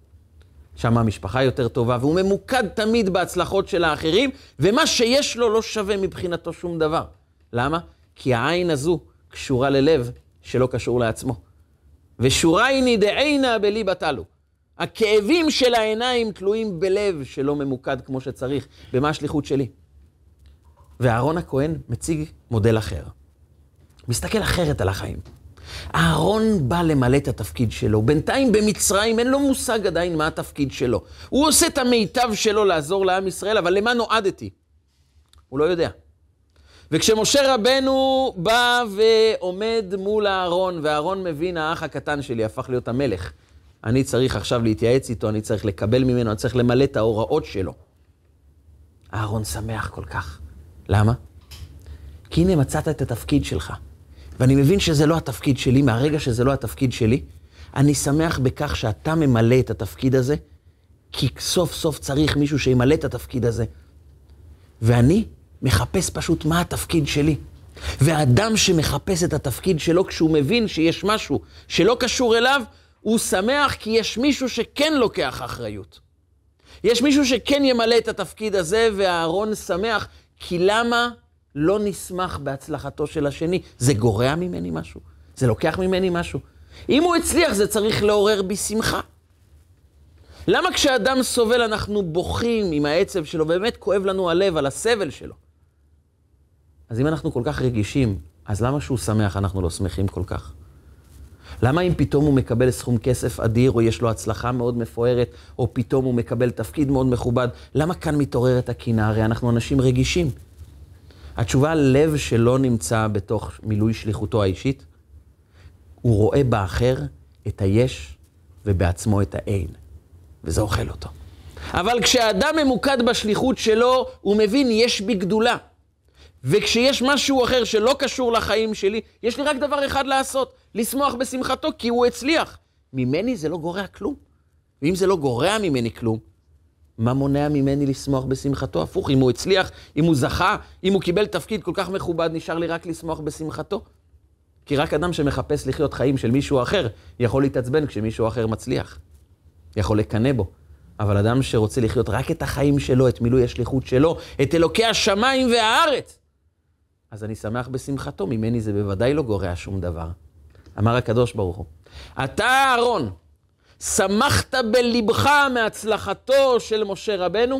שם המשפחה יותר טובה, והוא ממוקד תמיד בהצלחות של האחרים, ומה שיש לו לא שווה מבחינתו שום דבר. למה? כי העין הזו קשורה ללב שלא קשור לעצמו. ושורייני דעינה בליבת אלו. הכאבים של העיניים תלויים בלב שלא ממוקד כמו שצריך. במה השליחות שלי? ואהרון הכהן מציג מודל אחר. מסתכל אחרת על החיים. אהרון בא למלא את התפקיד שלו. בינתיים במצרים אין לו מושג עדיין מה התפקיד שלו. הוא עושה את המיטב שלו לעזור לעם ישראל, אבל למה נועדתי? הוא לא יודע. וכשמשה רבנו בא ועומד מול אהרון, ואהרון מבין, האח הקטן שלי הפך להיות המלך. אני צריך עכשיו להתייעץ איתו, אני צריך לקבל ממנו, אני צריך למלא את ההוראות שלו. אהרון שמח כל כך. למה? כי הנה מצאת את התפקיד שלך. ואני מבין שזה לא התפקיד שלי, מהרגע שזה לא התפקיד שלי, אני שמח בכך שאתה ממלא את התפקיד הזה, כי סוף סוף צריך מישהו שימלא את התפקיד הזה. ואני מחפש פשוט מה התפקיד שלי. והאדם שמחפש את התפקיד שלו, כשהוא מבין שיש משהו שלא קשור אליו, הוא שמח כי יש מישהו שכן לוקח אחריות. יש מישהו שכן ימלא את התפקיד הזה, והאהרון שמח, כי למה לא נשמח בהצלחתו של השני? זה גורע ממני משהו? זה לוקח ממני משהו? אם הוא הצליח, זה צריך לעורר בי שמחה. למה כשאדם סובל אנחנו בוכים עם העצב שלו, באמת כואב לנו הלב על הסבל שלו? אז אם אנחנו כל כך רגישים, אז למה שהוא שמח אנחנו לא שמחים כל כך? למה אם פתאום הוא מקבל סכום כסף אדיר, או יש לו הצלחה מאוד מפוארת, או פתאום הוא מקבל תפקיד מאוד מכובד, למה כאן מתעוררת הקנאה? הרי אנחנו אנשים רגישים. התשובה, לב שלא נמצא בתוך מילוי שליחותו האישית, הוא רואה באחר את היש ובעצמו את האין, וזה אוכל אותו. אבל כשאדם ממוקד בשליחות שלו, הוא מבין יש בי גדולה. וכשיש משהו אחר שלא קשור לחיים שלי, יש לי רק דבר אחד לעשות, לשמוח בשמחתו, כי הוא הצליח. ממני זה לא גורע כלום. ואם זה לא גורע ממני כלום, מה מונע ממני לשמוח בשמחתו? הפוך, אם הוא הצליח, אם הוא זכה, אם הוא קיבל תפקיד כל כך מכובד, נשאר לי רק לשמוח בשמחתו. כי רק אדם שמחפש לחיות חיים של מישהו אחר, יכול להתעצבן כשמישהו אחר מצליח. יכול לקנא בו. אבל אדם שרוצה לחיות רק את החיים שלו, את מילוי השליחות שלו, את אלוקי השמיים והארץ, אז אני שמח בשמחתו, ממני זה בוודאי לא גורע שום דבר. אמר הקדוש ברוך הוא, אתה אהרון, שמחת בלבך מהצלחתו של משה רבנו,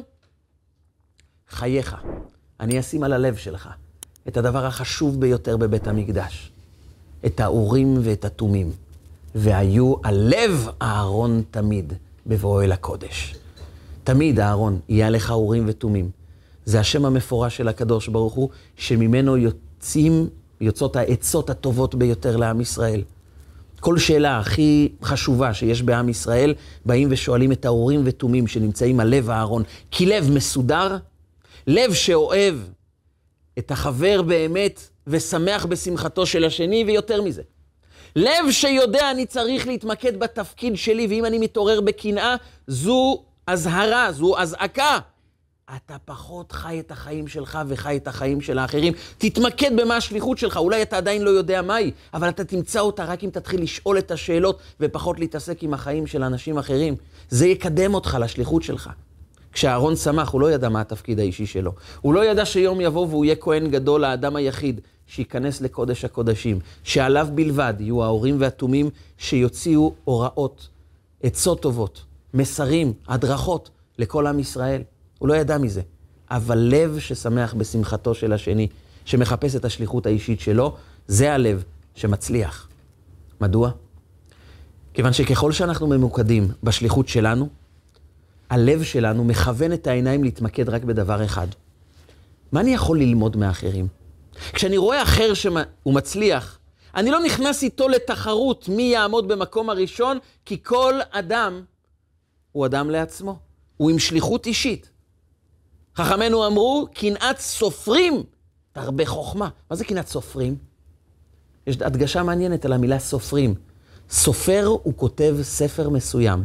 חייך, אני אשים על הלב שלך את הדבר החשוב ביותר בבית המקדש, את האורים ואת התומים, והיו על לב אהרון תמיד בבואו אל הקודש. תמיד אהרון יהיה עליך אורים ותומים. זה השם המפורש של הקדוש ברוך הוא, שממנו יוצאות העצות הטובות ביותר לעם ישראל. כל שאלה הכי חשובה שיש בעם ישראל, באים ושואלים את האורים ותומים שנמצאים על לב אהרון. כי לב מסודר, לב שאוהב את החבר באמת ושמח בשמחתו של השני, ויותר מזה. לב שיודע אני צריך להתמקד בתפקיד שלי, ואם אני מתעורר בקנאה, זו הזהרה, זו הזעקה. אתה פחות חי את החיים שלך וחי את החיים של האחרים. תתמקד במה השליחות שלך. אולי אתה עדיין לא יודע מהי, אבל אתה תמצא אותה רק אם תתחיל לשאול את השאלות ופחות להתעסק עם החיים של אנשים אחרים. זה יקדם אותך לשליחות שלך. כשאהרון שמח, הוא לא ידע מה התפקיד האישי שלו. הוא לא ידע שיום יבוא והוא יהיה כהן גדול, האדם היחיד שייכנס לקודש הקודשים, שעליו בלבד יהיו האורים והתומים שיוציאו הוראות, עצות טובות, מסרים, הדרכות לכל עם ישראל. הוא לא ידע מזה, אבל לב ששמח בשמחתו של השני, שמחפש את השליחות האישית שלו, זה הלב שמצליח. מדוע? כיוון שככל שאנחנו ממוקדים בשליחות שלנו, הלב שלנו מכוון את העיניים להתמקד רק בדבר אחד. מה אני יכול ללמוד מאחרים? כשאני רואה אחר שהוא מצליח, אני לא נכנס איתו לתחרות מי יעמוד במקום הראשון, כי כל אדם הוא אדם לעצמו. הוא עם שליחות אישית. חכמינו אמרו, קנאת סופרים תרבה חוכמה. מה זה קנאת סופרים? יש הדגשה מעניינת על המילה סופרים. סופר הוא כותב ספר מסוים.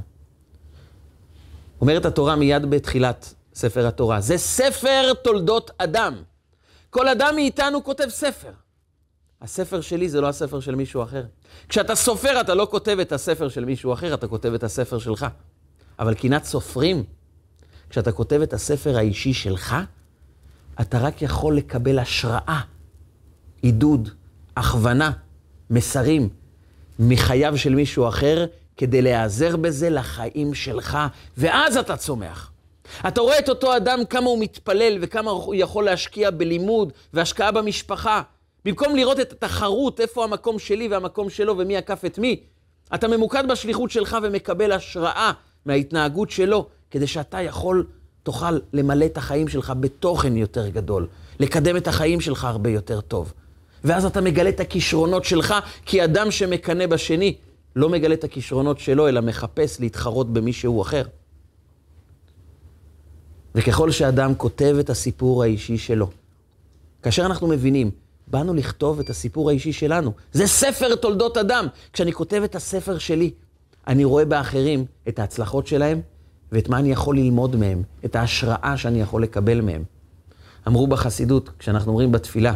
אומרת התורה מיד בתחילת ספר התורה, זה ספר תולדות אדם. כל אדם מאיתנו כותב ספר. הספר שלי זה לא הספר של מישהו אחר. כשאתה סופר אתה לא כותב את הספר של מישהו אחר, אתה כותב את הספר שלך. אבל קנאת סופרים, כשאתה כותב את הספר האישי שלך, אתה רק יכול לקבל השראה, עידוד, הכוונה, מסרים מחייו של מישהו אחר, כדי להיעזר בזה לחיים שלך, ואז אתה צומח. אתה רואה את אותו אדם כמה הוא מתפלל וכמה הוא יכול להשקיע בלימוד והשקעה במשפחה. במקום לראות את התחרות, איפה המקום שלי והמקום שלו ומי עקף את מי, אתה ממוקד בשליחות שלך ומקבל השראה מההתנהגות שלו, כדי שאתה תוכל למלא את החיים שלך בתוכן יותר גדול, לקדם את החיים שלך הרבה יותר טוב. ואז אתה מגלה את הכישרונות שלך, כי אדם שמקנא בשני לא מגלה את הכישרונות שלו, אלא מחפש להתחרות במישהו אחר. וככל שאדם כותב את הסיפור האישי שלו, כאשר אנחנו מבינים, באנו לכתוב את הסיפור האישי שלנו. זה ספר תולדות אדם. כשאני כותב את הספר שלי, אני רואה באחרים את ההצלחות שלהם, ואת מה אני יכול ללמוד מהם, את ההשראה שאני יכול לקבל מהם. אמרו בחסידות, כשאנחנו אומרים בתפילה,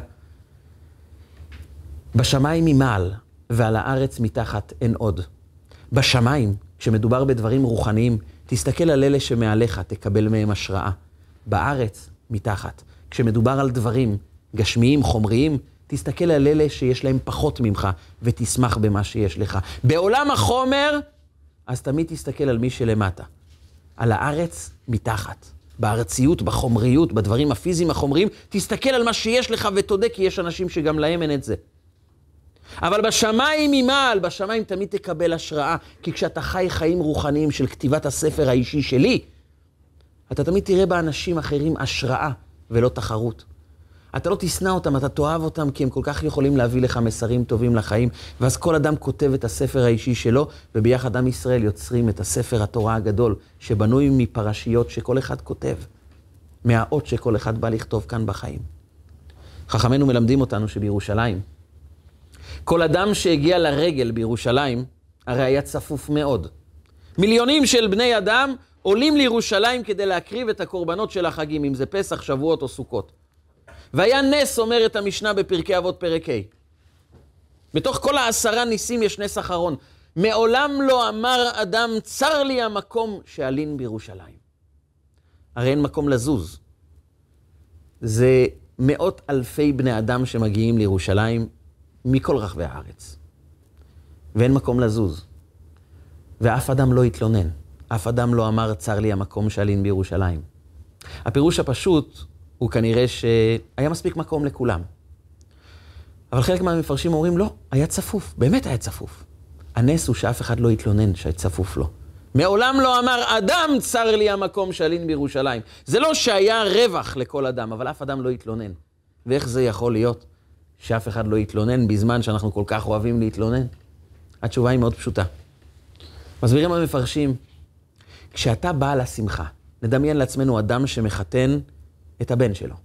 בשמיים ממעל ועל הארץ מתחת אין עוד. בשמיים, כשמדובר בדברים רוחניים, תסתכל על אלה שמעליך, תקבל מהם השראה. בארץ, מתחת. כשמדובר על דברים גשמיים, חומריים, תסתכל על אלה שיש להם פחות ממך, ותשמח במה שיש לך. בעולם החומר, אז תמיד תסתכל על מי שלמטה. על הארץ, מתחת. בארציות, בחומריות, בדברים הפיזיים החומריים, תסתכל על מה שיש לך ותודה, כי יש אנשים שגם להם אין את זה. אבל בשמיים ממעל, בשמיים תמיד תקבל השראה, כי כשאתה חי חיים רוחניים של כתיבת הספר האישי שלי, אתה תמיד תראה באנשים אחרים השראה ולא תחרות. אתה לא תשנא אותם, אתה תאהב אותם, כי הם כל כך יכולים להביא לך מסרים טובים לחיים, ואז כל אדם כותב את הספר האישי שלו, וביחד עם ישראל יוצרים את הספר התורה הגדול, שבנוי מפרשיות שכל אחד כותב, מהאות שכל אחד בא לכתוב כאן בחיים. חכמינו מלמדים אותנו שבירושלים, כל אדם שהגיע לרגל בירושלים, הרי היה צפוף מאוד. מיליונים של בני אדם עולים לירושלים כדי להקריב את הקורבנות של החגים, אם זה פסח, שבועות או סוכות. והיה נס, אומרת המשנה בפרקי אבות פרק ה'. בתוך כל 10 ניסים יש נס אחרון. מעולם לא אמר אדם, צר לי המקום שאלין בירושלים. הרי אין מקום לזוז. זה מאות אלפי בני אדם שמגיעים לירושלים מכל רחבי הארץ. ואין מקום לזוז. ואף אדם לא התלונן. אף אדם לא אמר, צר לי המקום שאלין בירושלים. הפירוש הפשוט הוא כנראה שהיה מספיק מקום לכולם. אבל חלק מהמפרשים אומרים, לא, היה צפוף, באמת היה צפוף. הנס הוא שאף אחד לא התלונן שהיה צפוף לו. מעולם לא אמר, אדם צר לי המקום שאלין בירושלים. זה לא שהיה רווח לכל אדם, אבל אף אדם לא התלונן. ואיך זה יכול להיות שאף אחד לא התלונן בזמן שאנחנו כל כך אוהבים להתלונן? התשובה היא מאוד פשוטה. מסבירים המפרשים, כשאתה בא לשמחה, נדמיין לעצמנו אדם שמחתן את הבן שלו.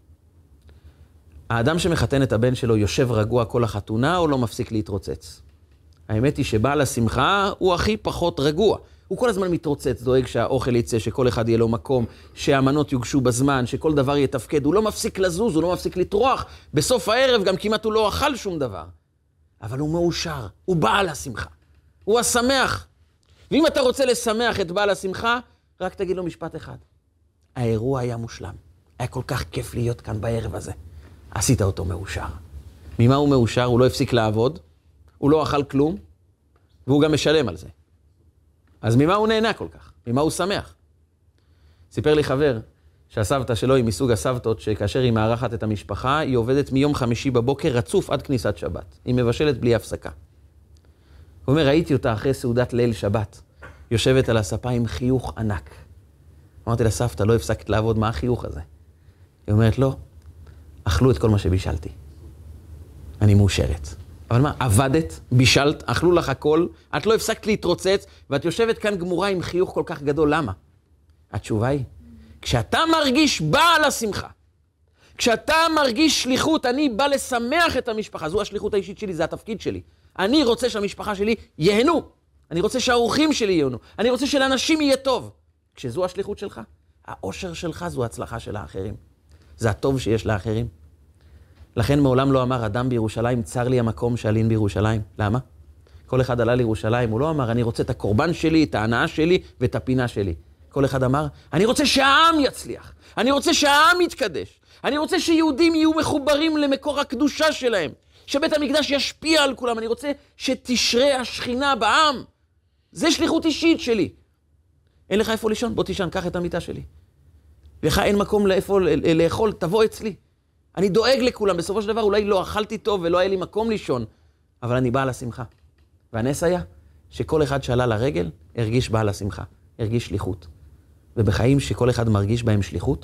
האדם שמחתן את הבן שלו יושב רגוע כל החתונה או לא מפסיק להתרוצץ? האמת היא שבעל השמחה הוא הכי פחות רגוע. הוא כל הזמן מתרוצץ, דואג שהאוכל יצא, שכל אחד יהיה לו מקום, שהמנות יוגשו בזמן, שכל דבר יתפקד. הוא לא מפסיק לזוז, הוא לא מפסיק לטרוח. בסוף הערב גם כמעט הוא לא אכל שום דבר. אבל הוא מאושר, הוא בעל השמחה. הוא השמח. ואם אתה רוצה לשמח את בעל השמחה, רק תגיד לו משפט אחד. האירוע היה מושלם. היה כל כך כיף להיות כאן בערב הזה. עשית אותו מאושר. ממה הוא מאושר? הוא לא הפסיק לעבוד, הוא לא אכל כלום, והוא גם משלם על זה. אז ממה הוא נהנה כל כך? ממה הוא שמח? סיפר לי חבר שהסבתא שלו היא מסוג הסבתות שכאשר היא מארחת את המשפחה, היא עובדת מיום חמישי בבוקר רצוף עד כניסת שבת. היא מבשלת בלי הפסקה. הוא אומר, ראיתי אותה אחרי סעודת ליל שבת, יושבת על הספה עם חיוך ענק. אמרתי לה, סבתא, לא הפסקת לעבוד, מה החיוך הזה? היא אומרת, לא, אכלו את כל מה שבישלתי. אני מאושרת. אבל מה, עבדת, בישלת, אכלו לך הכל, את לא הפסקת להתרוצץ, ואת יושבת כאן גמורה עם חיוך כל כך גדול, למה? התשובה היא, כשאתה מרגיש בעל השמחה, כשאתה מרגיש שליחות, אני בא לשמח את המשפחה, זו השליחות האישית שלי, זה התפקיד שלי. אני רוצה שהמשפחה שלי יהנו, אני רוצה שהאורחים שלי יהנו, אני רוצה שלאנשים יהיה טוב. כשזו השליחות שלך, האושר שלך זו הצלחה של האחרים. זה הטוב שיש לאחרים. לכן מעולם לא אמר, אדם בירושלים, צר לי המקום שאלין בירושלים. למה? כל אחד עלה לירושלים, הוא לא אמר, אני רוצה את הקורבן שלי, את ההנאה שלי ואת הפינה שלי. כל אחד אמר, אני רוצה שהעם יצליח, אני רוצה שהעם יתקדש, אני רוצה שיהודים יהיו מחוברים למקור הקדושה שלהם, שבית המקדש ישפיע על כולם, אני רוצה שתשרה השכינה בעם. זה שליחות אישית שלי. אין לך איפה לישון, בוא תישן, קח את המיטה שלי. לך אין מקום לאיפה לאכול, תבוא אצלי. אני דואג לכולם, בסופו של דבר אולי לא אכלתי טוב ולא היה לי מקום לישון, אבל אני בעל השמחה. והנס היה שכל אחד שעלה לרגל הרגיש בעל השמחה, הרגיש שליחות. ובחיים שכל אחד מרגיש בהם שליחות,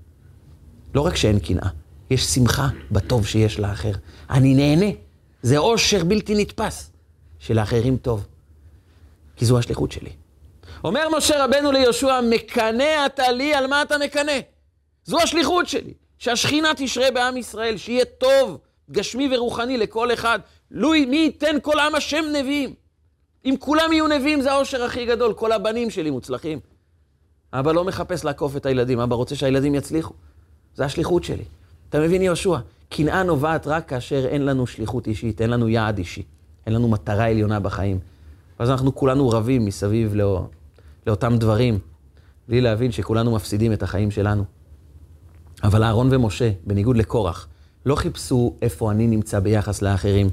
לא רק שאין קנאה, יש שמחה בטוב שיש לאחר. אני נהנה, זה אושר בלתי נתפס, שלאחרים טוב. כי זו השליחות שלי. אומר משה רבנו ליהושע, מקנא אתה לי, על מה אתה מקנא? זו השליחות שלי, שהשכינה תשרה בעם ישראל, שיהיה טוב, גשמי ורוחני לכל אחד. מי ייתן כל עם השם נביאים? אם כולם יהיו נביאים, זה האושר הכי גדול. כל הבנים שלי מוצלחים. אבא לא מחפש לעקוף את הילדים, אבא רוצה שהילדים יצליחו. זה השליחות שלי. אתה מבין יהושע? קנאה נובעת רק כאשר אין לנו שליחות אישית, אין לנו יעד אישי, אין לנו מטרה עליונה בחיים. ואז אנחנו כולנו רבים מסביב לאותם דברים, בלי להבין שכולנו מפסידים את החיים שלנו. אבל אהרון ומשה, בניגוד לקורח, לא חיפשו איפה אני נמצא ביחס לאחרים,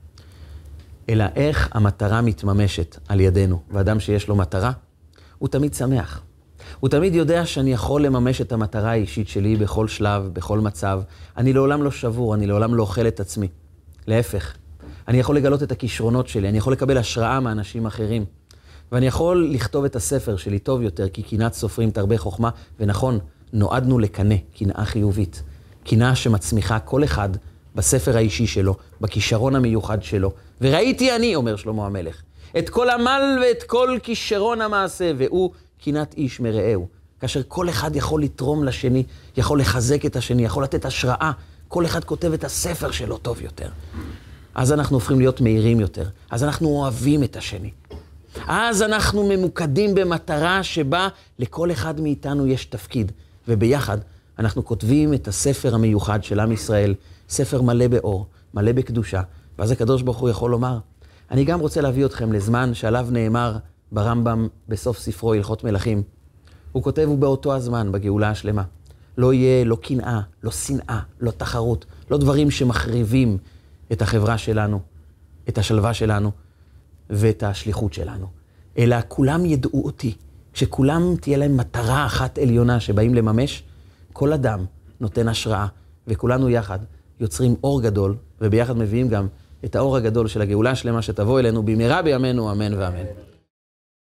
אלא איך המטרה מתממשת על ידינו. ואדם שיש לו מטרה, הוא תמיד שמח. הוא תמיד יודע שאני יכול לממש את המטרה האישית שלי בכל שלב, בכל מצב. אני לעולם לא שבור, אני לעולם לא אוכל את עצמי. להפך, אני יכול לגלות את הכישרונות שלי, אני יכול לקבל השראה מאנשים אחרים. ואני יכול לכתוב את הספר שלי טוב יותר, כי קנאת סופרים תרבה חוכמה, ונכון, נועדנו לקנא, קנאה חיובית. קנאה שמצמיחה כל אחד בספר האישי שלו, בכישרון המיוחד שלו. וראיתי אני, אומר שלמה המלך, את כל עמל ואת כל כישרון המעשה, והוא קנאת איש מרעהו. כאשר כל אחד יכול לתרום לשני, יכול לחזק את השני, יכול לתת השראה, כל אחד כותב את הספר שלו טוב יותר. אז אנחנו הופכים להיות מהירים יותר, אז אנחנו אוהבים את השני. אז אנחנו ממוקדים במטרה שבה לכל אחד מאיתנו יש תפקיד, וביחד אנחנו כותבים את הספר המיוחד של עם ישראל, ספר מלא באור, מלא בקדושה, ואז הקדוש ברוך הוא יכול לומר, אני גם רוצה להביא אתכם לזמן שעליו נאמר ברמב"ם בסוף ספרו הלכות מלכים. הוא כותב ובאותו הזמן בגאולה השלמה. לא יהיה לא קנאה, לא שנאה, לא תחרות, לא דברים שמחריבים את החברה שלנו, את השלווה שלנו ואת השליחות שלנו. אלא כולם ידעו אותי, כשכולם תהיה להם מטרה אחת עליונה שבאים לממש, כל אדם נותן השראה, וכולנו יחד יוצרים אור גדול, וביחד מביאים גם את האור הגדול של הגאולה השלמה שתבוא אלינו במהרה בימינו, אמן ואמן.